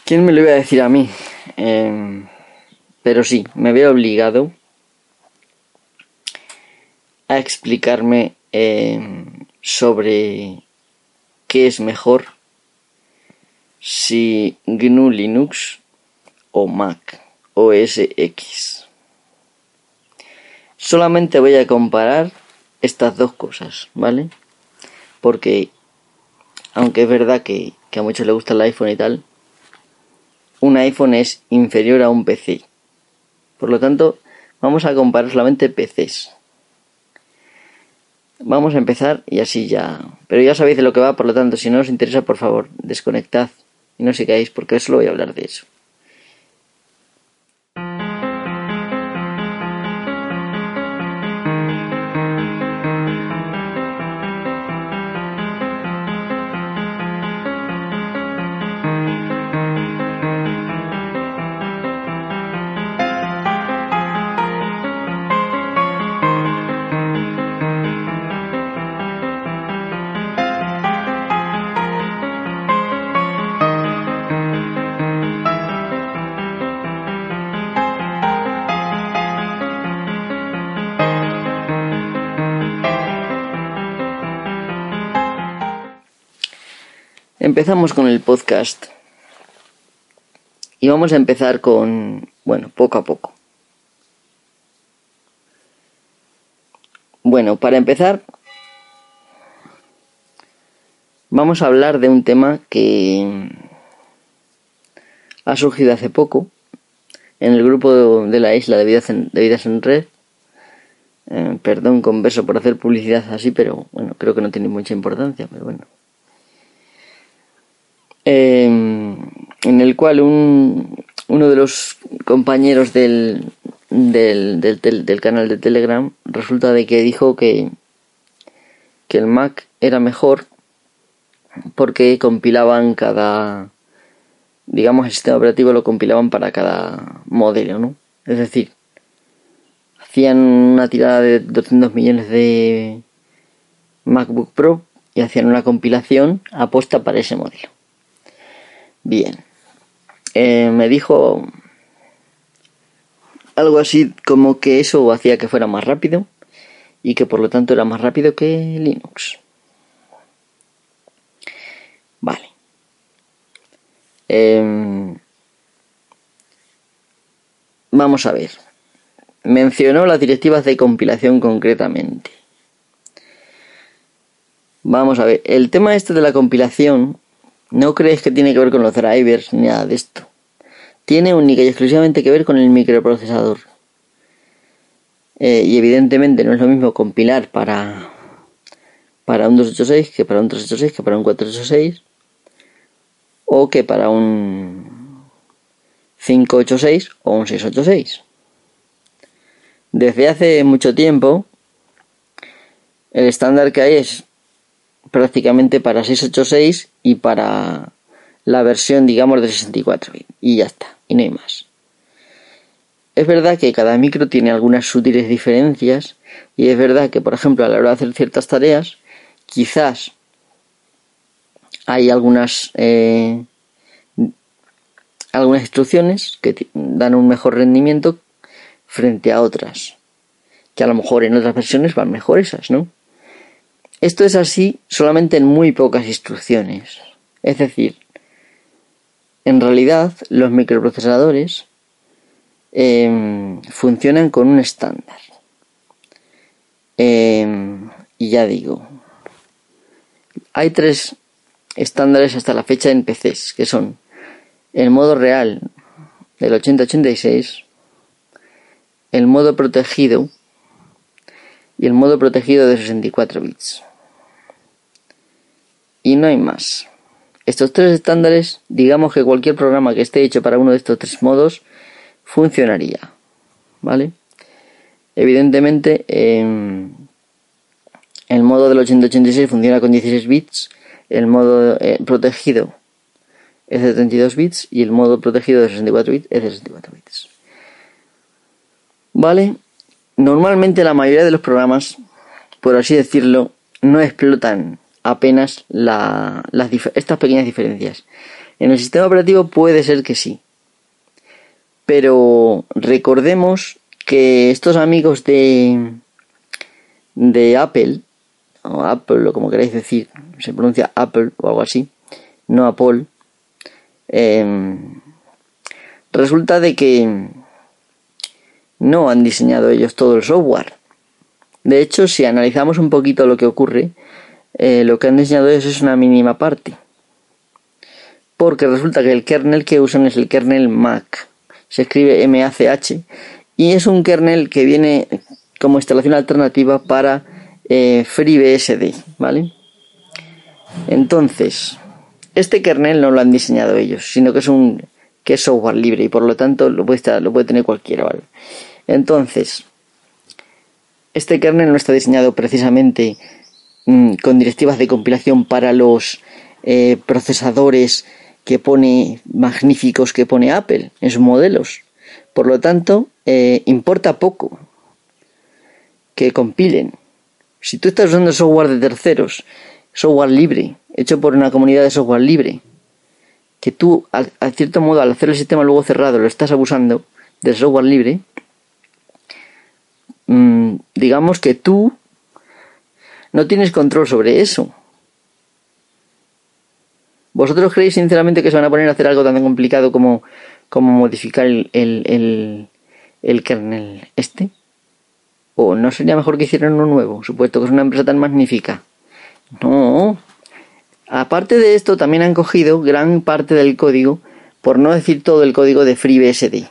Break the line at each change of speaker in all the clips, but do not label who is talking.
¿Quién me lo iba a decir a mí? Pero sí, me veo obligado a explicarme sobre qué es mejor, si GNU Linux o Mac OS X. Solamente voy a comparar estas dos cosas, ¿vale? Porque, aunque es verdad que a muchos les gusta el iPhone y tal, un iPhone es inferior a un PC. Por lo tanto, vamos a comparar solamente PCs. Vamos a empezar y así ya... Pero ya sabéis de lo que va, por lo tanto, si no os interesa, por favor, desconectad y no sigáis, porque solo voy a hablar de eso. Empezamos con el podcast y vamos a empezar con, poco a poco. Bueno, para empezar, vamos a hablar de un tema que ha surgido hace poco en el grupo de la isla de Vidas en Red. Perdón, converso por hacer publicidad así, pero bueno, creo que no tiene mucha importancia, pero bueno. En el cual uno de los compañeros del canal de Telegram resulta de que dijo que el Mac era mejor porque compilaban el sistema operativo lo compilaban para cada modelo, ¿no? Es decir, hacían una tirada de 200 millones de MacBook Pro y hacían una compilación aposta para ese modelo. Bien, me dijo algo así como que eso hacía que fuera más rápido y que por lo tanto era más rápido que Linux. Vale. Vamos a ver. Mencionó las directivas de compilación concretamente. Vamos a ver. El tema este de la compilación, no creéis que tiene que ver con los drivers ni nada de esto. Tiene única y exclusivamente que ver con el microprocesador. Y evidentemente no es lo mismo compilar para un 286 que para un 386 que para un 486 o que para un 586 o un 686. Desde hace mucho tiempo el estándar que hay es prácticamente para 686 y para la versión, digamos, de 64 bits y ya está, y no hay más. Es verdad que cada micro tiene algunas sutiles diferencias y es verdad que, por ejemplo, a la hora de hacer ciertas tareas, quizás hay algunas instrucciones que dan un mejor rendimiento frente a otras, que a lo mejor en otras versiones van mejor esas, ¿no? Esto es así solamente en muy pocas instrucciones. Es decir, en realidad los microprocesadores funcionan con un estándar. Y ya digo, hay 3 estándares hasta la fecha en PCs, que son el modo real del 8086, el modo protegido y el modo protegido de 64 bits. Y no hay más. Estos 3 estándares, digamos que cualquier programa que esté hecho para uno de estos 3 modos funcionaría, ¿vale? Evidentemente, el modo del 8086 funciona con 16 bits, el modo protegido es de 32 bits y el modo protegido de 64 bits es de 64 bits. ¿Vale? Normalmente la mayoría de los programas, por así decirlo, no explotan apenas estas pequeñas diferencias. En el sistema operativo puede ser que sí. Pero recordemos que estos amigos de Apple, o Apple, o como queráis decir, se pronuncia Apple o algo así, no Apple, resulta de que no han diseñado ellos todo el software. De hecho, si analizamos un poquito lo que ocurre, lo que han diseñado ellos es una mínima parte. Porque resulta que el kernel que usan es el kernel Mach. Se escribe MACH y es un kernel que viene como instalación alternativa para FreeBSD, ¿vale? Entonces, este kernel no lo han diseñado ellos, sino que es software libre y por lo tanto lo puede tener cualquiera, ¿vale? Entonces, este kernel no está diseñado precisamente con directivas de compilación para los procesadores magníficos que pone Apple en sus modelos. Por lo tanto, importa poco que compilen. Si tú estás usando software de terceros, software libre, hecho por una comunidad de software libre, que tú, a cierto modo, al hacer el sistema luego cerrado, lo estás abusando del software libre, digamos que tú no tienes control sobre eso. ¿Vosotros creéis sinceramente que se van a poner a hacer algo tan complicado como modificar el kernel este? ¿O no sería mejor que hicieran uno nuevo, supuesto que es una empresa tan magnífica? No. Aparte de esto, también han cogido gran parte del código, por no decir todo el código de FreeBSD.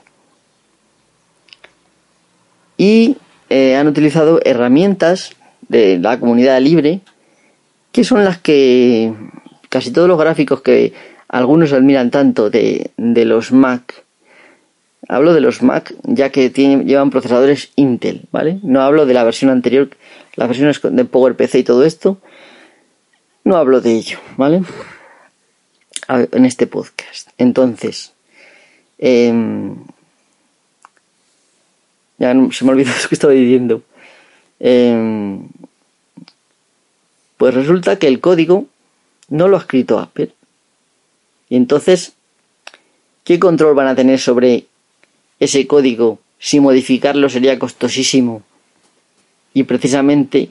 Y han utilizado herramientas de la comunidad libre, que son las que casi todos los gráficos que algunos admiran tanto de los Mac. Hablo de los Mac ya que llevan procesadores Intel, ¿vale? No hablo de la versión anterior, las versiones de PowerPC y todo esto. No hablo de ello, ¿vale? En este podcast. Entonces, ya se me olvidó lo que estaba diciendo. Pues resulta que el código no lo ha escrito Apple. Y entonces, ¿qué control van a tener sobre ese código si modificarlo sería costosísimo? Y precisamente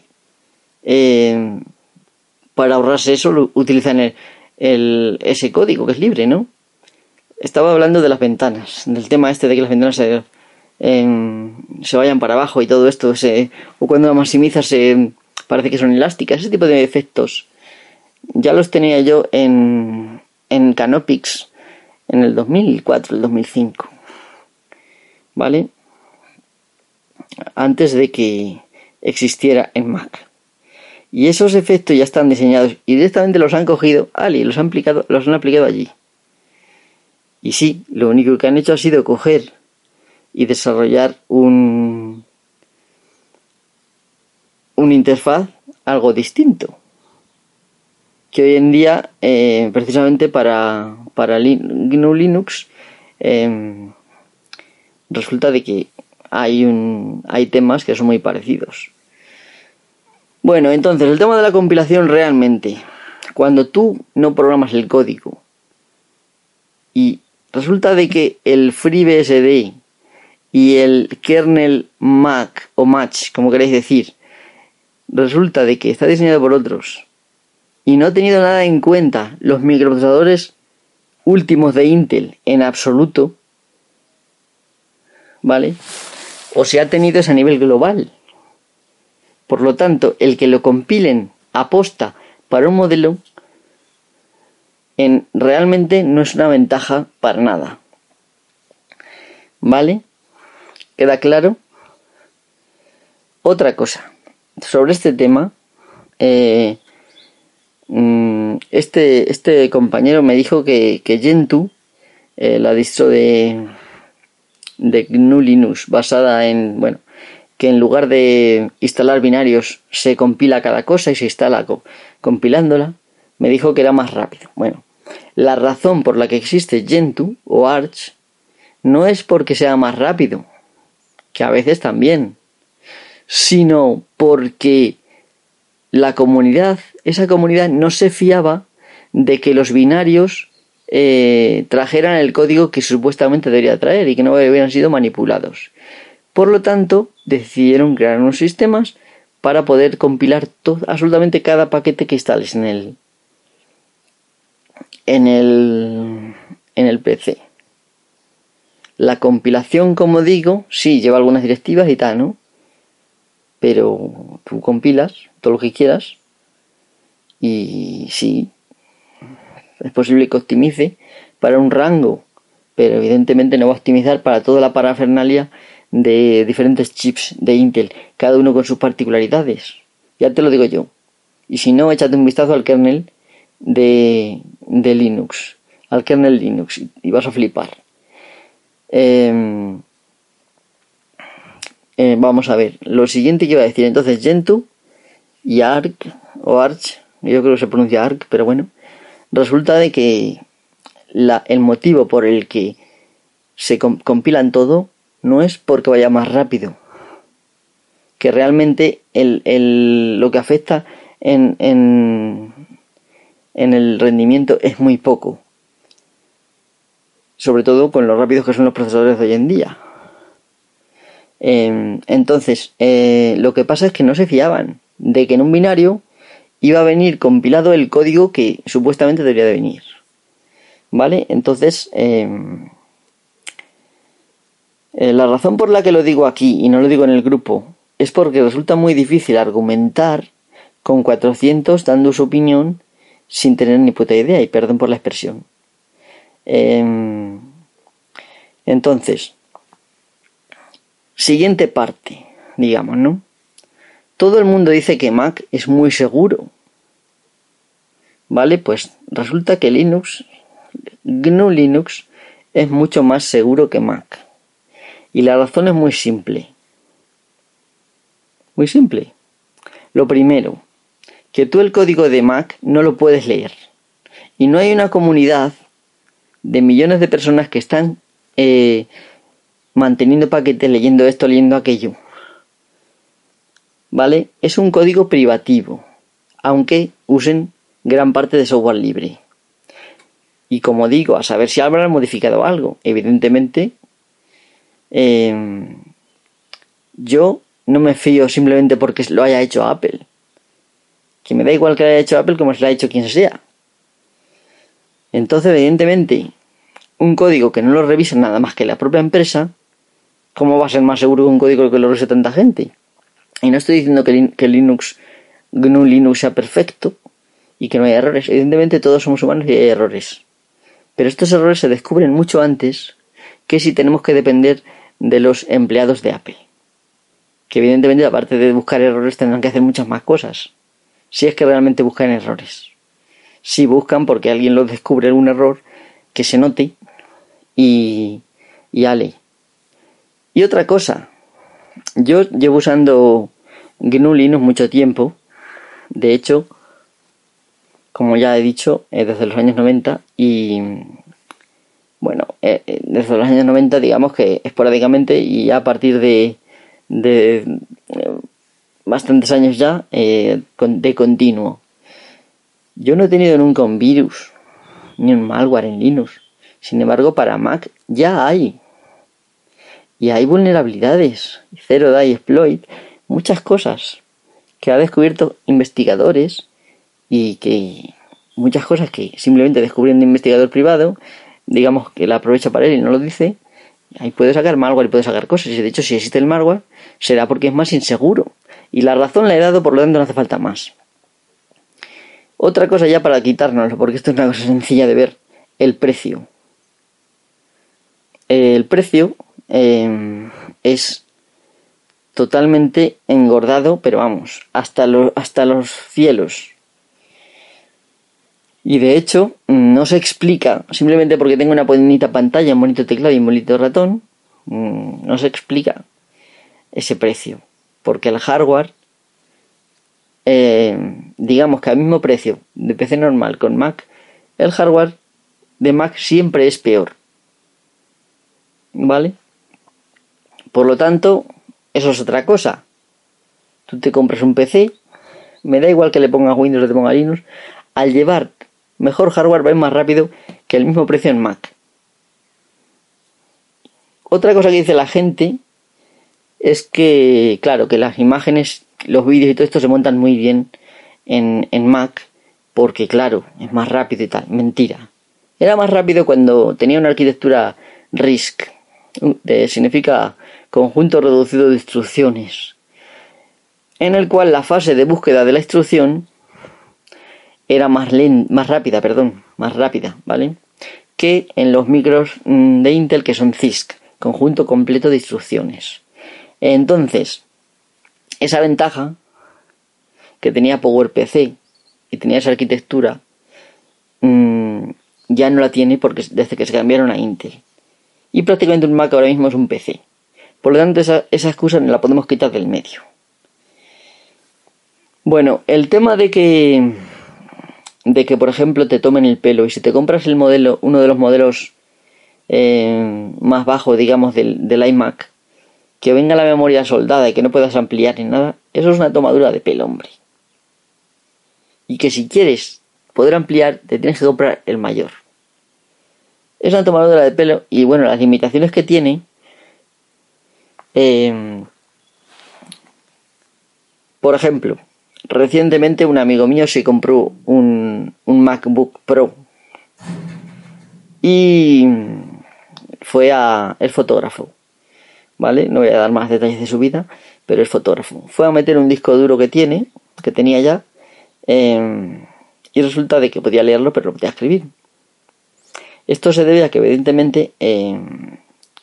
para ahorrarse eso utilizan ese código que es libre, ¿no? Estaba hablando de las ventanas, del tema este de que las ventanas se vayan para abajo y todo esto, o cuando maximizas parece que son elásticas, ese tipo de efectos. Ya los tenía yo en Canopix en el 2004, el 2005, ¿vale? Antes de que existiera en Mac. Y esos efectos ya están diseñados y directamente los han cogido y los han aplicado allí. Y sí, lo único que han hecho ha sido coger y desarrollar un interfaz algo distinto, que hoy en día precisamente para GNU Linux resulta de que hay temas que son muy parecidos. Bueno, entonces el tema de la compilación realmente, cuando tú no programas el código y resulta de que el FreeBSD y el kernel Mach o Mach, como queréis decir, resulta de que está diseñado por otros y no ha tenido nada en cuenta los microprocesadores últimos de Intel en absoluto, ¿vale? O se ha tenido ese a nivel global. Por lo tanto, el que lo compilen aposta para un modelo realmente no es una ventaja para nada. ¿Vale? ¿Queda claro? Otra cosa. Sobre este tema, este compañero me dijo que Gentoo, la distro de GNU Linux basada que en lugar de instalar binarios se compila cada cosa y se instala compilándola, me dijo que era más rápido. Bueno, la razón por la que existe Gentoo o Arch no es porque sea más rápido, que a veces también, sino porque esa comunidad no se fiaba de que los binarios trajeran el código que supuestamente debería traer y que no hubieran sido manipulados. Por lo tanto, decidieron crear unos sistemas para poder compilar absolutamente cada paquete que instales en el PC. La compilación, como digo, sí lleva algunas directivas y tal, ¿no? Pero tú compilas todo lo que quieras y sí, es posible que optimice para un rango, pero evidentemente no va a optimizar para toda la parafernalia de diferentes chips de Intel, cada uno con sus particularidades. Ya te lo digo yo. Y si no, échate un vistazo al kernel de Linux, al kernel Linux, y vas a flipar. Vamos a ver, lo siguiente que iba a decir, entonces Gentoo y Arch, yo creo que se pronuncia Arch, pero bueno, resulta de que el motivo por el que se compilan todo no es porque vaya más rápido, que realmente lo que afecta en el rendimiento es muy poco, sobre todo con lo rápidos que son los procesadores de hoy en día. Entonces, lo que pasa es que no se fiaban de que en un binario iba a venir compilado el código que supuestamente debería de venir. ¿Vale? Entonces, la razón por la que lo digo aquí y no lo digo en el grupo es porque resulta muy difícil argumentar con 400 dando su opinión sin tener ni puta idea, y perdón por la expresión. Entonces, siguiente parte, digamos, ¿no? Todo el mundo dice que Mac es muy seguro. ¿Vale? Pues resulta que GNU Linux es mucho más seguro que Mac. Y la razón es muy simple. Muy simple. Lo primero, que tú el código de Mac no lo puedes leer. Y no hay una comunidad de millones de personas que están manteniendo paquetes, leyendo esto, leyendo aquello. ¿Vale? Es un código privativo, aunque usen gran parte de software libre. Y como digo, a saber si habrán modificado algo. Evidentemente, yo no me fío simplemente porque lo haya hecho Apple. Que me da igual que lo haya hecho Apple como si lo haya hecho quien sea. Entonces, evidentemente, un código que no lo revisa nada más que la propia empresa, ¿cómo va a ser más seguro que un código que lo revise tanta gente? Y no estoy diciendo que GNU Linux sea perfecto y que no haya errores. Evidentemente todos somos humanos y hay errores. Pero estos errores se descubren mucho antes que si tenemos que depender de los empleados de Apple. Que evidentemente, aparte de buscar errores, tendrán que hacer muchas más cosas. Si es que realmente buscan errores. Si buscan porque alguien los descubre un error, que se note y ale. Y otra cosa. Yo llevo usando GNU Linux mucho tiempo. De hecho, como ya he dicho, desde los años 90 y bueno, desde los años 90 digamos que esporádicamente y ya a partir de bastantes años ya de continuo. Yo no he tenido nunca un virus ni un malware en Linux. Sin embargo, para Mac ya hay. Y hay vulnerabilidades, Zero Day Exploit, muchas cosas que ha descubierto investigadores y que muchas cosas que simplemente descubriendo un investigador privado, digamos que la aprovecha para él y no lo dice, ahí puede sacar malware y puede sacar cosas. Y de hecho, si existe el malware, será porque es más inseguro. Y la razón la he dado, por lo tanto no hace falta más. Otra cosa ya para quitárnoslo, porque esto es una cosa sencilla de ver, el precio. El precio es totalmente engordado, pero vamos, hasta los cielos. Y de hecho, no se explica, simplemente porque tengo una bonita pantalla, un bonito teclado y un bonito ratón, no se explica ese precio. Porque el hardware, digamos que al mismo precio de PC normal con Mac, el hardware de Mac siempre es peor. ¿Vale? Por lo tanto, eso es otra cosa. Tú te compras un PC, me da igual que le pongas Windows o te ponga Linux, al llevar mejor hardware va a ir más rápido que el mismo precio en Mac. Otra cosa que dice la gente es que, claro, que las imágenes, los vídeos y todo esto se montan muy bien en Mac porque, claro, es más rápido y tal. Mentira. Era más rápido cuando tenía una arquitectura RISC, significa conjunto reducido de instrucciones, en el cual la fase de búsqueda de la instrucción era más rápida, ¿vale? Que en los micros de Intel, que son CISC, conjunto completo de instrucciones. Entonces, esa ventaja que tenía PowerPC y tenía esa arquitectura ya no la tiene porque desde que se cambiaron a Intel. Y prácticamente un Mac ahora mismo es un PC. Por lo tanto, esa excusa no la podemos quitar del medio. Bueno, el tema de que por ejemplo te tomen el pelo y si te compras uno de los modelos más bajos, digamos, del iMac, que venga la memoria soldada y que no puedas ampliar ni nada, eso es una tomadura de pelo, hombre. Y que si quieres poder ampliar, te tienes que comprar el mayor. Es una tomadura de pelo y bueno, las limitaciones que tiene, por ejemplo, recientemente un amigo mío se compró un MacBook Pro y fue el fotógrafo, ¿vale? No voy a dar más detalles de su vida, pero es fotógrafo. Fue a meter un disco duro que tenía ya, y resulta de que podía leerlo, pero no podía escribir. Esto se debe a que evidentemente el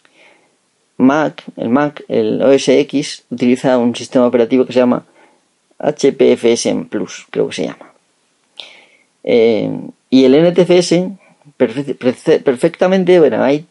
OS X utiliza un sistema operativo que se llama HPFS Plus, creo que se llama. Y el NTFS perfectamente, bueno, hay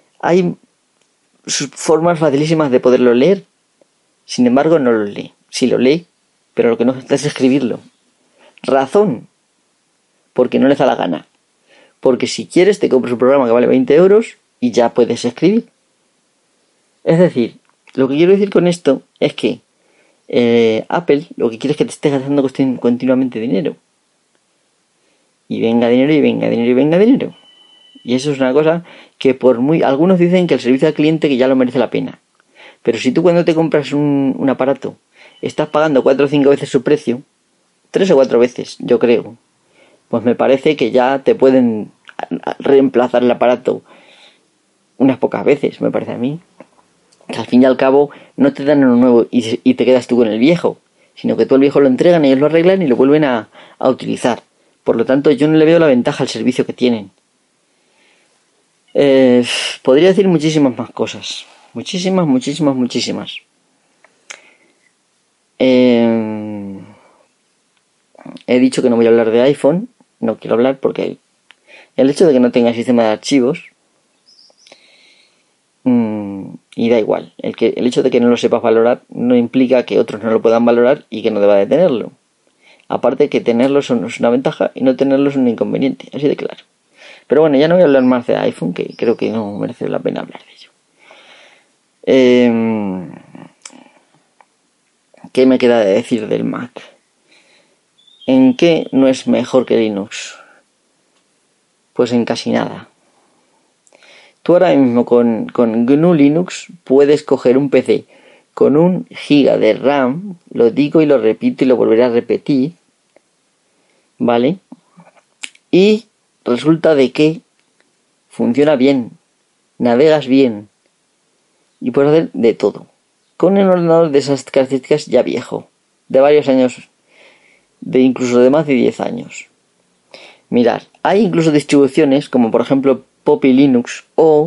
formas facilísimas de poderlo leer. Sin embargo, no lo lee. Sí lo lee, pero lo que no hace es escribirlo. Razón, porque no le da la gana. Porque si quieres te compras un programa que vale 20 euros y ya puedes escribir. Es decir, lo que quiero decir con esto es que Apple lo que quiere es que te estés gastando continuamente dinero. Y venga dinero, y venga dinero, y venga dinero. Y eso es una cosa que algunos dicen que el servicio al cliente que ya lo merece la pena. Pero si tú cuando te compras un aparato estás pagando 4 o 5 veces su precio, 3 o 4 veces, yo creo, pues me parece que ya te pueden reemplazar el aparato unas pocas veces, me parece a mí. Que al fin y al cabo no te dan uno nuevo y te quedas tú con el viejo, sino que tú el viejo lo entregan, ellos lo arreglan y lo vuelven a utilizar. Por lo tanto, yo no le veo la ventaja al servicio que tienen. Podría decir muchísimas más cosas. Muchísimas. He dicho que no voy a hablar de iPhone. No quiero hablar porque el hecho de que no tenga sistema de archivos y da igual. El hecho de que no lo sepas valorar no implica que otros no lo puedan valorar y que no deba de tenerlo. Aparte que tenerlo es una ventaja y no tenerlo es un inconveniente. Así de claro. Pero bueno, ya no voy a hablar más de iPhone, que creo que no merece la pena hablar de ello. ¿Qué me queda de decir del Mac? ¿En qué no es mejor que Linux? Pues en casi nada. Tú ahora mismo con GNU Linux puedes coger un PC con 1 GB de RAM, lo digo y lo repito y lo volveré a repetir, ¿vale? Y resulta de que funciona bien, navegas bien y puedes hacer de todo. Con un ordenador de esas características ya viejo, de varios años, incluso de más de 10 años. Mirad, hay incluso distribuciones como por ejemplo Puppy Linux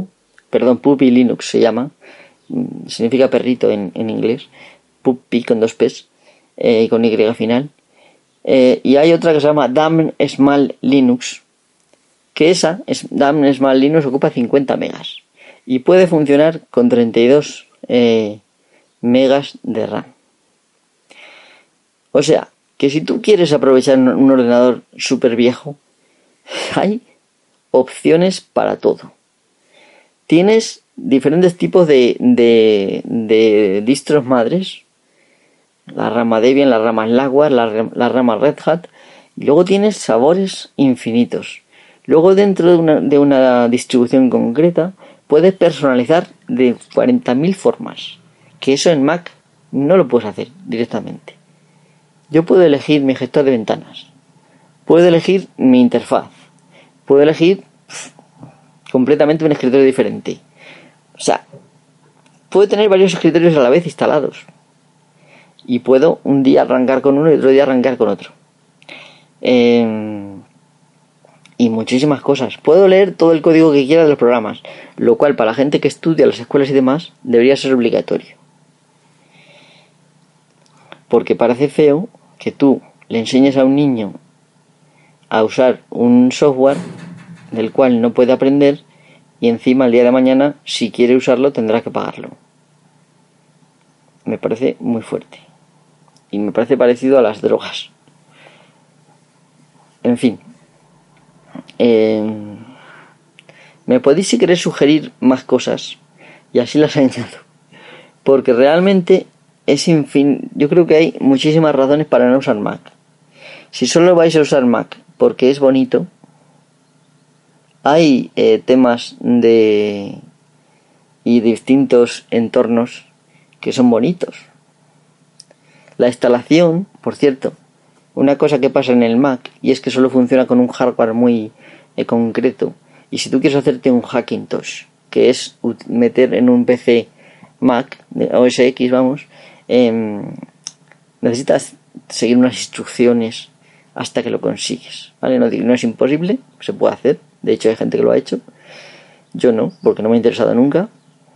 se llama, significa perrito en inglés, Puppy con 2 P's y con Y final. Y hay otra que se llama Damn Small Linux, que Damn Small Linux ocupa 50 megas y puede funcionar con 32 megas de RAM. O sea, que si tú quieres aprovechar un ordenador súper viejo, hay opciones para todo. Tienes diferentes tipos de distros madres, la rama Debian, la rama Slackware, la rama Red Hat, Y luego tienes sabores infinitos. Luego dentro de una distribución concreta puedes personalizar de 40.000 formas. Que eso en Mac no lo puedes hacer directamente. Yo puedo elegir mi gestor de ventanas. Puedo elegir mi interfaz. Puedo elegir completamente un escritorio diferente. O sea, puedo tener varios escritorios a la vez instalados. Y puedo un día arrancar con uno y otro día arrancar con otro. Y muchísimas cosas. Puedo leer todo el código que quiera de los programas, lo cual para la gente que estudia en las escuelas y demás debería ser obligatorio. Porque parece feo que tú le enseñes a un niño a usar un software del cual no puede aprender y encima el día de mañana, si quiere usarlo, tendrá que pagarlo. Me parece muy fuerte. Y me parece parecido a las drogas. En fin. Me podéis si queréis sugerir más cosas y así las añado. Porque realmente yo creo que hay muchísimas razones para no usar Mac. Si solo vais a usar Mac porque es bonito, hay temas y distintos entornos que son bonitos. La instalación, por cierto, una cosa que pasa en el Mac y es que solo funciona con un hardware muy concreto. Y si tú quieres hacerte un Hackintosh, que es meter en un PC Mac, de OS X, vamos, necesitas seguir unas instrucciones hasta que lo consigues, ¿vale? No es imposible, se puede hacer. De hecho hay gente que lo ha hecho. Yo no, porque no me ha interesado nunca.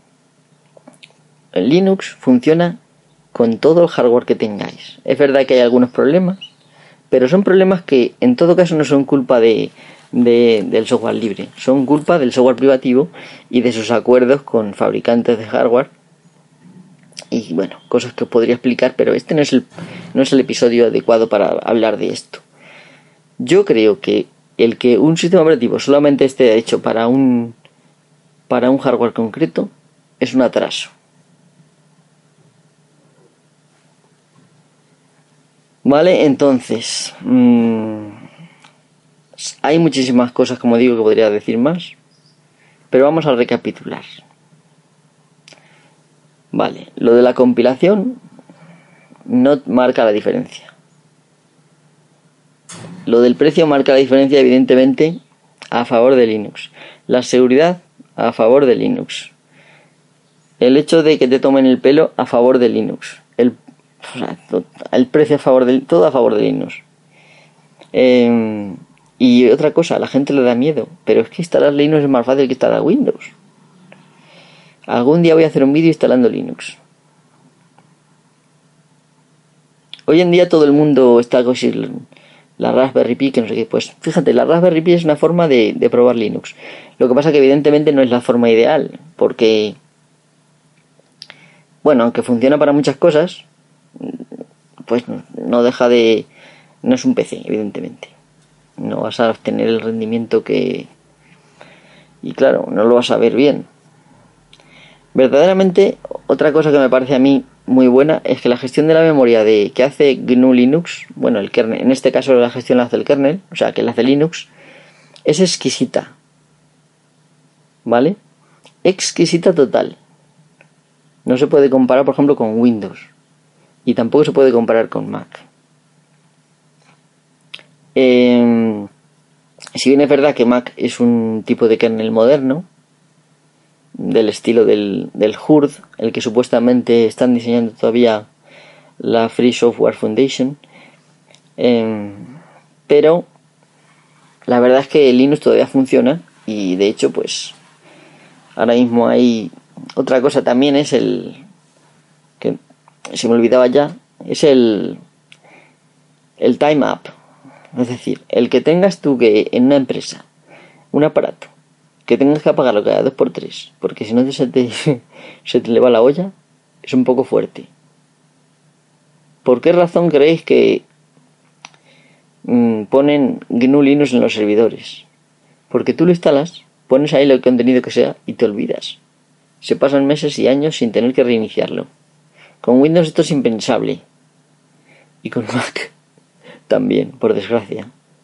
El Linux funciona con todo el hardware que tengáis. Es verdad que hay algunos problemas, pero son problemas que en todo caso no son culpa del software libre, son culpa del software privativo y de sus acuerdos con fabricantes de hardware. Y bueno, cosas que os podría explicar, pero este no es el episodio adecuado para hablar de esto. Yo creo que el que un sistema operativo solamente esté hecho para un hardware concreto es un atraso. Vale, entonces hay muchísimas cosas, como digo, que podría decir más, pero vamos a recapitular. Vale, lo de la compilación no marca la diferencia. Lo del precio marca la diferencia, evidentemente, a favor de Linux. La seguridad, a favor de Linux. El hecho de que te tomen el pelo, a favor de Linux. El precio todo a favor de Linux. Y otra cosa, a la gente le da miedo, pero es que instalar Linux es más fácil que instalar Windows. Algún día voy a hacer un vídeo instalando Linux. Hoy en día todo el mundo está con la Raspberry Pi, que no sé qué. Pues fíjate, la Raspberry Pi es una forma de probar Linux. Lo que pasa que evidentemente no es la forma ideal, porque, bueno, aunque funciona para muchas cosas, pues no es un PC, evidentemente. No vas a obtener el rendimiento y claro, no lo vas a ver bien. Verdaderamente, otra cosa que me parece a mí muy buena es que la gestión de la memoria que hace GNU Linux, bueno, el kernel, en este caso la gestión la hace el kernel, o sea, que la hace Linux, es exquisita. ¿Vale? Exquisita total. No se puede comparar, por ejemplo, con Windows. Y tampoco se puede comparar con Mac. Si bien es verdad que Mac es un tipo de kernel moderno, del estilo del HURD, el que supuestamente están diseñando todavía la Free Software Foundation, pero la verdad es que Linux todavía funciona y de hecho pues ahora mismo hay otra cosa también, es que se me olvidaba ya, es el time up, es decir, el que tengas tú que en una empresa un aparato que tengas que apagarlo cada 2x3 porque si no se te le va la olla, es un poco fuerte. ¿Por qué razón creéis que ponen GNU Linux en los servidores? Porque tú lo instalas, pones ahí el contenido que sea y te olvidas. Se pasan meses y años sin tener que reiniciarlo. Con Windows esto es impensable. Y con Mac también, por desgracia.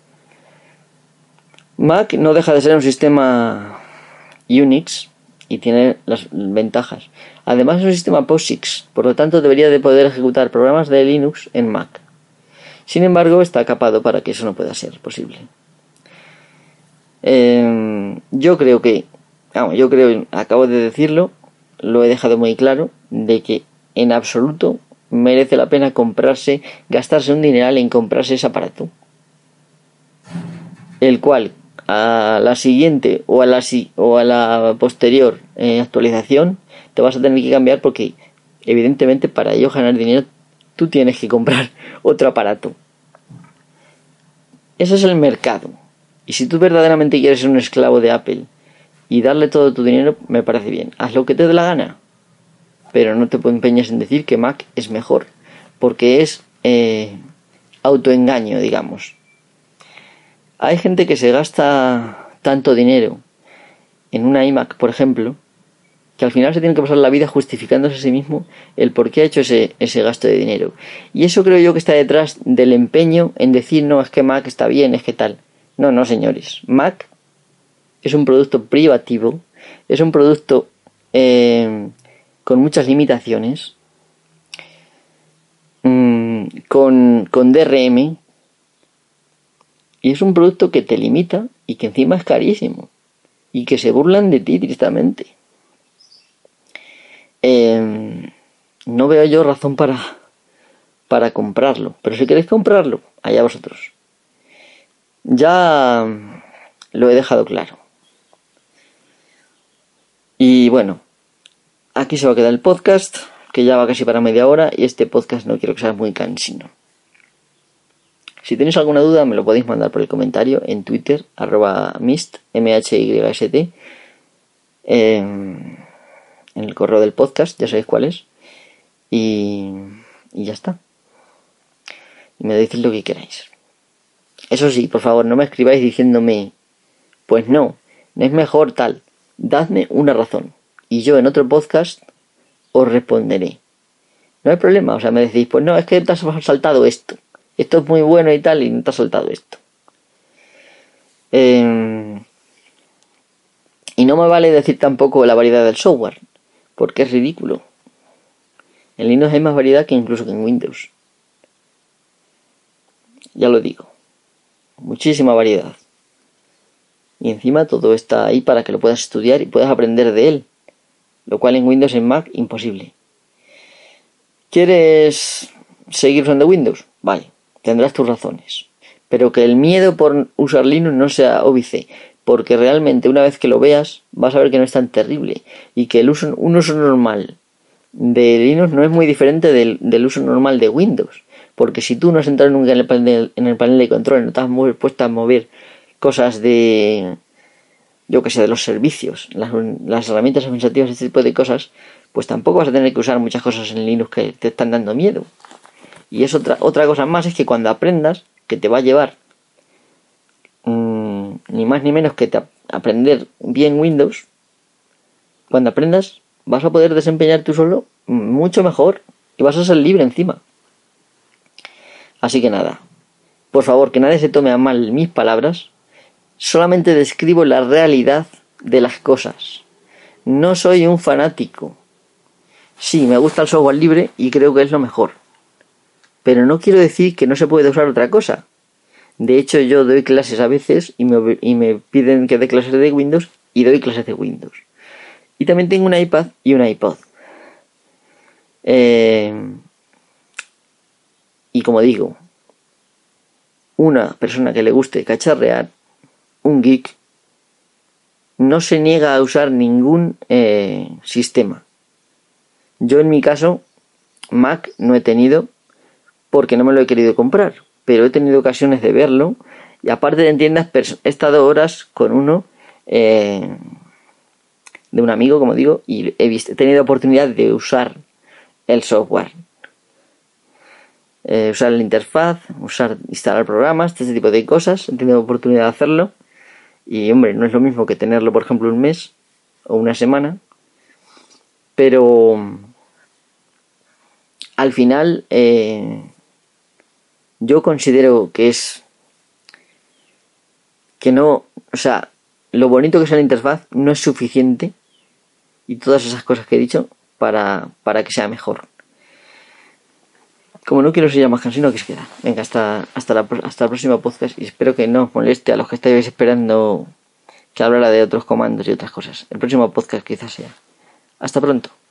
Mac no deja de ser un sistema Unix y tiene las ventajas. Además es un sistema POSIX, por lo tanto debería de poder ejecutar programas de Linux en Mac. Sin embargo, está capado para que eso no pueda ser posible. Acabo de decirlo, lo he dejado muy claro, de que en absoluto merece la pena gastarse un dineral en comprarse ese aparato, el cual a la siguiente o a la posterior actualización te vas a tener que cambiar, porque evidentemente para ello ganar dinero tú tienes que comprar otro aparato. Eso es el mercado. Y si tú verdaderamente quieres ser un esclavo de Apple y darle todo tu dinero, me parece bien. Haz lo que te dé la gana. Pero no te empeñes en decir que Mac es mejor, porque es autoengaño, digamos. Hay gente que se gasta tanto dinero en una iMac, por ejemplo, que al final se tiene que pasar la vida justificándose a sí mismo el por qué ha hecho ese gasto de dinero. Y eso creo yo que está detrás del empeño en decir, no, es que Mac está bien, es que tal. No, señores. Mac es un producto privativo, es un producto con muchas limitaciones, con DRM, y es un producto que te limita y que encima es carísimo y que se burlan de ti directamente. No veo yo razón para comprarlo, pero si queréis comprarlo, allá vosotros. Ya lo he dejado claro. Y bueno, aquí se va a quedar el podcast, que ya va casi para media hora, y este podcast no quiero que sea muy cansino. Si tenéis alguna duda me lo podéis mandar por el comentario en Twitter, @mist, MHYST, en el correo del podcast, ya sabéis cuál es, y ya está. Y me decís lo que queráis. Eso sí, por favor, no me escribáis diciéndome, pues no es mejor tal. Dadme una razón y yo en otro podcast os responderé. No hay problema, o sea, me decís, pues no, es que te has saltado esto es muy bueno y tal, y no te has saltado esto. Y no me vale decir tampoco la variedad del software, porque es ridículo. En Linux hay más variedad que incluso que en Windows. Ya lo digo, muchísima variedad. Y encima todo está ahí para que lo puedas estudiar y puedas aprender de él, lo cual en Windows y en Mac imposible. ¿Quieres seguir usando Windows? Vale, tendrás tus razones, pero que el miedo por usar Linux no sea óbice, porque realmente una vez que lo veas vas a ver que no es tan terrible y que un uso normal de Linux no es muy diferente del uso normal de Windows, porque si tú no has entrado nunca en el panel de control, no te has puesto a mover cosas de, yo que sé, de los servicios, las herramientas administrativas, este tipo de cosas, pues tampoco vas a tener que usar muchas cosas en Linux que te están dando miedo. Y es otra cosa más, es que cuando aprendas, que te va a llevar ni más ni menos que aprender bien Windows, cuando aprendas vas a poder desempeñar tú solo mucho mejor y vas a ser libre encima. Así que nada, por favor, que nadie se tome a mal mis palabras, solamente describo la realidad de las cosas. No soy un fanático. Sí, me gusta el software libre y creo que es lo mejor, pero no quiero decir que no se puede usar otra cosa. De hecho, yo doy clases a veces y me piden que dé clases de Windows y doy clases de Windows. Y también tengo un iPad y un iPod. Y como digo, una persona que le guste cacharrear, un geek, no se niega a usar ningún sistema. Yo en mi caso, Mac no he tenido porque no me lo he querido comprar, pero he tenido ocasiones de verlo y aparte de en tiendas he estado horas con uno de un amigo, como digo, y he tenido oportunidad de usar el software, usar la interfaz, instalar programas, este tipo de cosas. He tenido oportunidad de hacerlo y hombre, no es lo mismo que tenerlo por ejemplo un mes o una semana, pero al final yo considero que es que no, o sea, lo bonito que es la interfaz no es suficiente y todas esas cosas que he dicho para que sea mejor. Como no quiero ser ya más cansino, que se queda. Venga, hasta el próximo podcast y espero que no os moleste a los que estáis esperando que hablara de otros comandos y otras cosas. El próximo podcast quizás sea. Hasta pronto.